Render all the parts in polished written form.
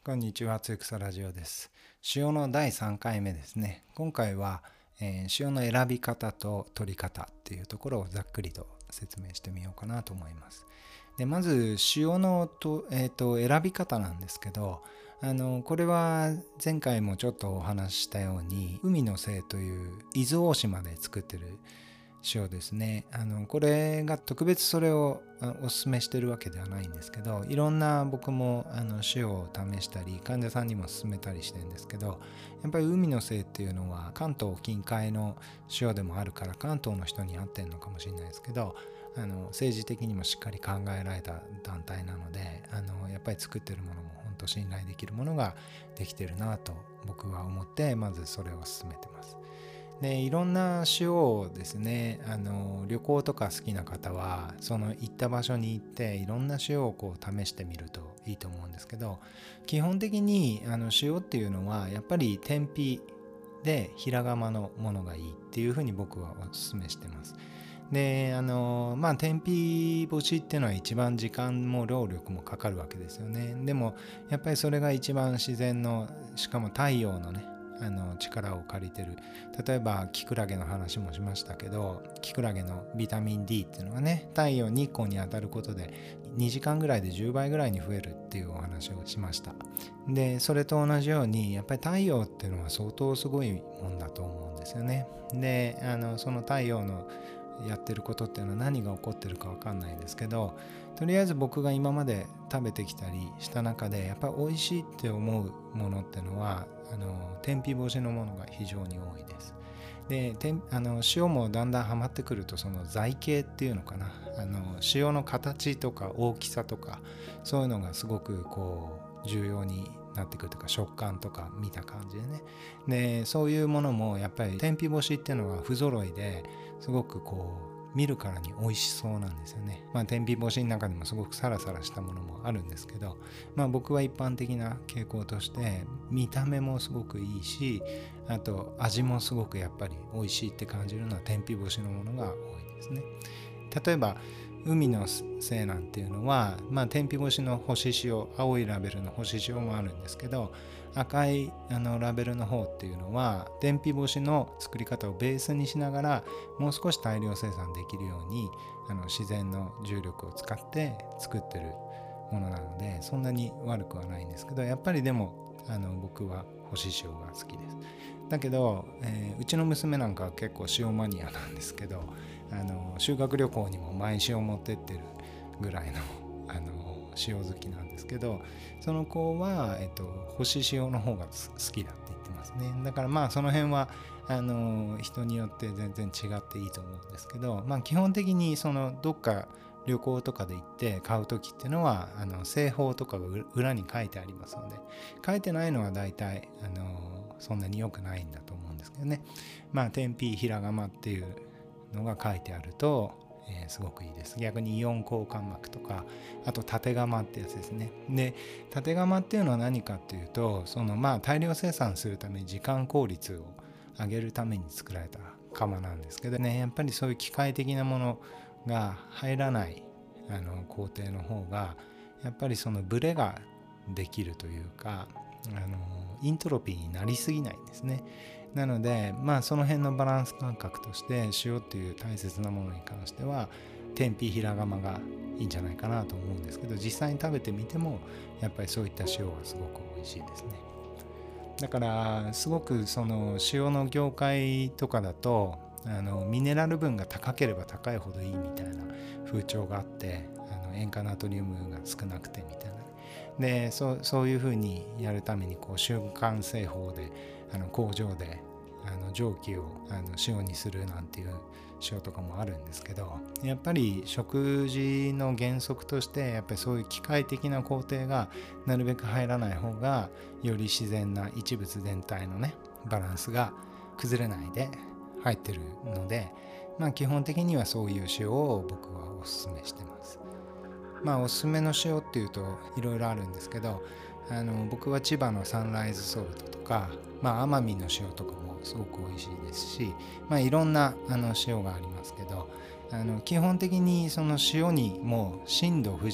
こんにちは、つゆくさラジオです。塩の第3回目ですね。今回は、塩の選び方と取り方っていうところをざっくりと説明してみようかなと思います。でまず塩の選び方なんですけど、これは前回もちょっとお話ししたように、海の精という伊豆大島で作ってる塩ですね。これが特別それをおすすめしてるわけではないんですけど、いろんな僕も塩を試したり患者さんにも勧めたりしてるんですけど、やっぱり海の精っていうのは関東近海の塩でもあるから関東の人に合ってるのかもしれないですけど、政治的にもしっかり考えられた団体なので、やっぱり作ってるものも本当信頼できるものができてるなと僕は思って、まずそれを勧めてます。でいろんな塩をですね、旅行とか好きな方はその行った場所に行っていろんな塩をこう試してみるといいと思うんですけど、基本的に塩っていうのはやっぱり天日で平釜のものがいいっていうふうに僕はお勧めしてます。で天日干しっていうのは一番時間も労力もかかるわけですよね。でもやっぱりそれが一番自然の、しかも太陽のね力を借りてる。例えばキクラゲの話もしましたけど、キクラゲのビタミン D っていうのはね、太陽日光に当たることで2時間ぐらいで10倍ぐらいに増えるっていうお話をしました。でそれと同じようにやっぱり太陽っていうのは相当すごいもんだと思うんですよね。でその太陽のやってることっていうのは何が起こってるか分かんないですけど、とりあえず僕が今まで食べてきたりした中でやっぱり美味しいって思うものっていうのは天日干しのものが非常に多いです。で塩もだんだんハマってくると、その材形っていうのかな、塩の形とか大きさとかそういうのがすごくこう重要になってくるとか、食感とか見た感じでね。でそういうものもやっぱり天日干しっていうのは不揃いですごくこう見るからに美味しそうなんですよね。天日干しの中でもすごくサラサラしたものもあるんですけど、僕は一般的な傾向として見た目もすごくいいし、あと味もすごくやっぱり美味しいって感じるのは天日干しのものが多いですね。例えば海の精なんていうのは、天日干しの干し塩、青いラベルの干し塩もあるんですけど、赤いラベルの方っていうのは天日干しの作り方をベースにしながらもう少し大量生産できるように自然の重力を使って作ってるものなので、そんなに悪くはないんですけど、やっぱりでも僕は干し塩が好きです。だけど、うちの娘なんかは結構塩マニアなんですけど、修学旅行にも毎塩持ってってるぐらいの塩好きなんですけど、その子は、干し塩の方が好きだって言ってますね。だからその辺は人によって全然違っていいと思うんですけど、基本的にそのどっか旅行とかで行って買う時っていうのは製法とかが裏に書いてありますので、書いてないのは大体そんなに良くないんだと思うんですけどね。天日平釜っていうのが書いてあると、すごくいいです。逆にイオン交換膜とか、あと縦釜ってやつですね。で縦釜っていうのは何かっていうと、その大量生産するために時間効率を上げるために作られた釜なんですけどね、やっぱりそういう機械的なものが入らない工程の方がやっぱりそのブレができるというか、イントロピーになりすぎないんですね。なのでその辺のバランス感覚として塩っていう大切なものに関しては天日平釜がいいんじゃないかなと思うんですけど、実際に食べてみてもやっぱりそういった塩はすごく美味しいですね。だからすごくその塩の業界とかだとミネラル分が高ければ高いほどいいみたいな風潮があって、塩化ナトリウムが少なくてみたいな。でそういうふうにやるためにこう瞬間製法で工場で蒸気を塩にするなんていう塩とかもあるんですけど、やっぱり食事の原則としてやっぱりそういう機械的な工程がなるべく入らない方がより自然な一物全体のねバランスが崩れないで入ってるので、基本的にはそういう塩を僕はおすすめしてます。おすすめの塩っていうといろいろあるんですけど、僕は千葉のサンライズソルトとか、奄美の塩とかもすごく美味しいですし、いろんな塩がありますけど、基本的にその塩にもう震度富士で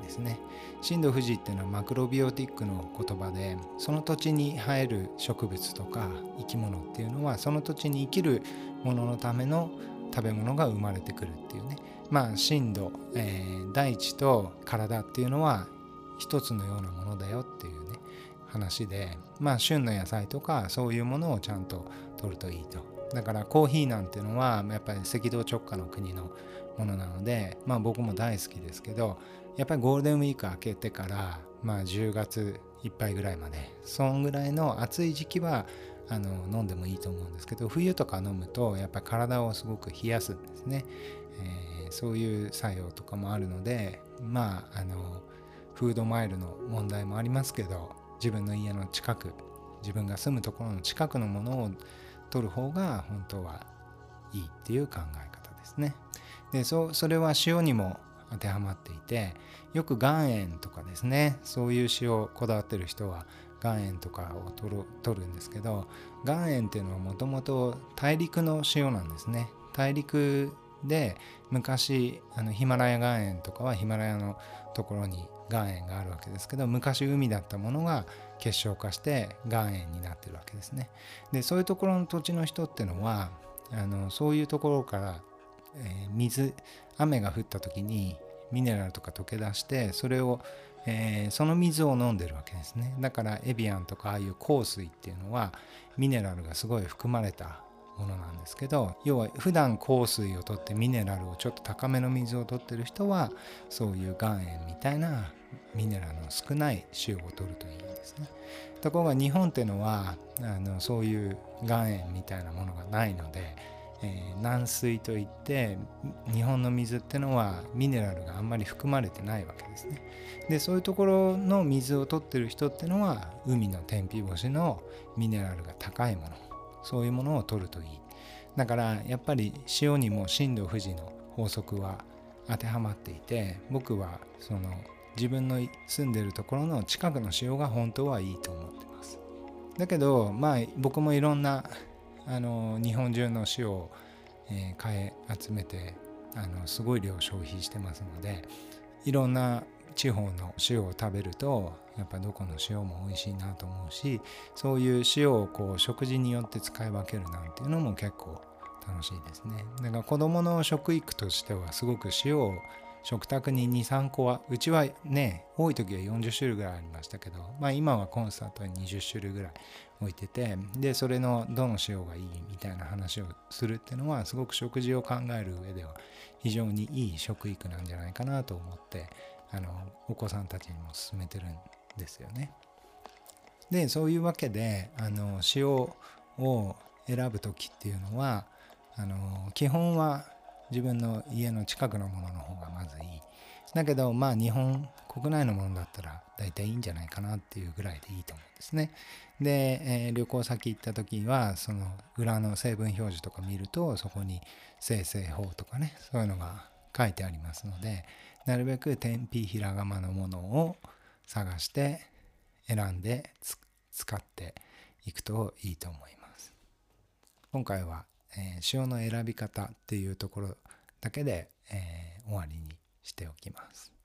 ですね。震度富士っていうのはマクロビオティックの言葉で、その土地に生える植物とか生き物っていうのはその土地に生きるもののための食べ物が生まれてくるっていうね。震度、大地と体っていうのは一つのようなものだよっていうね話で、旬の野菜とかそういうものをちゃんと取るといいと。だからコーヒーなんていうのはやっぱり赤道直下の国のものなので、僕も大好きですけど、やっぱりゴールデンウィーク明けてから10月いっぱいぐらいまで、そんぐらいの暑い時期は飲んでもいいと思うんですけど、冬とか飲むとやっぱり体をすごく冷やすんですね。そういう作用とかもあるので、フードマイルの問題もありますけど、自分の家の近く、自分が住むところの近くのものを取る方が本当はいいっていう考え方ですね。で、それは塩にも当てはまっていて、よく岩塩とかですね、そういう塩こだわってる人は岩塩とかを取るんですけど、岩塩っていうのはもともと大陸の塩なんですね。大陸で昔ヒマラヤ岩塩とかはヒマラヤのところに岩塩があるわけですけど、昔海だったものが結晶化して岩塩になってるわけですね。で、そういうところの土地の人っていうのはそういうところから、雨が降った時にミネラルとか溶け出して、それを、その水を飲んでるわけですね。だからエビアンとかああいう硬水っていうのはミネラルがすごい含まれたものなんですけど、要は普段硬水を取ってミネラルをちょっと高めの水を取ってる人はそういう岩塩みたいなミネラルの少ない塩を取るといいんですね。ところが日本っていうのはそういう岩塩みたいなものがないので、軟水といって日本の水ってのはミネラルがあんまり含まれてないわけですね。で、そういうところの水を取ってる人ってのは海の天日干しのミネラルが高いもの、そういうものを取るといい。だからやっぱり塩にも震度富士の法則は当てはまっていて、僕はその自分の住んでるところの近くの塩が本当はいいと思ってます。だけど僕もいろんな日本中の塩を、買い集めてすごい量消費してますので、いろんな地方の塩を食べるとやっぱどこの塩も美味しいなと思うし、そういう塩をこう食事によって使い分けるなんていうのも結構楽しいですね。だから子どもの食育としてはすごく塩を食卓に 2,3 個は、うちはね多い時は40種類ぐらいありましたけど、今はコンスタントに20種類ぐらい置いてて、でそれのどの塩がいいみたいな話をするっていうのはすごく食事を考える上では非常にいい食育なんじゃないかなと思って、お子さんたちにも勧めてるんですよね。で、そういうわけで塩を選ぶ時っていうのは基本は自分の家の近くのものの方がまずいい。だけど日本国内のものだったら大体いいんじゃないかなっていうぐらいでいいと思うんですね。で、旅行先行った時はその裏の成分表示とか見ると、そこに精製法とかね、そういうのが書いてありますので、なるべく天日ひらがまのものを探して選んで使っていくといいと思います。今回は塩の選び方っていうところだけで、終わりにしておきます。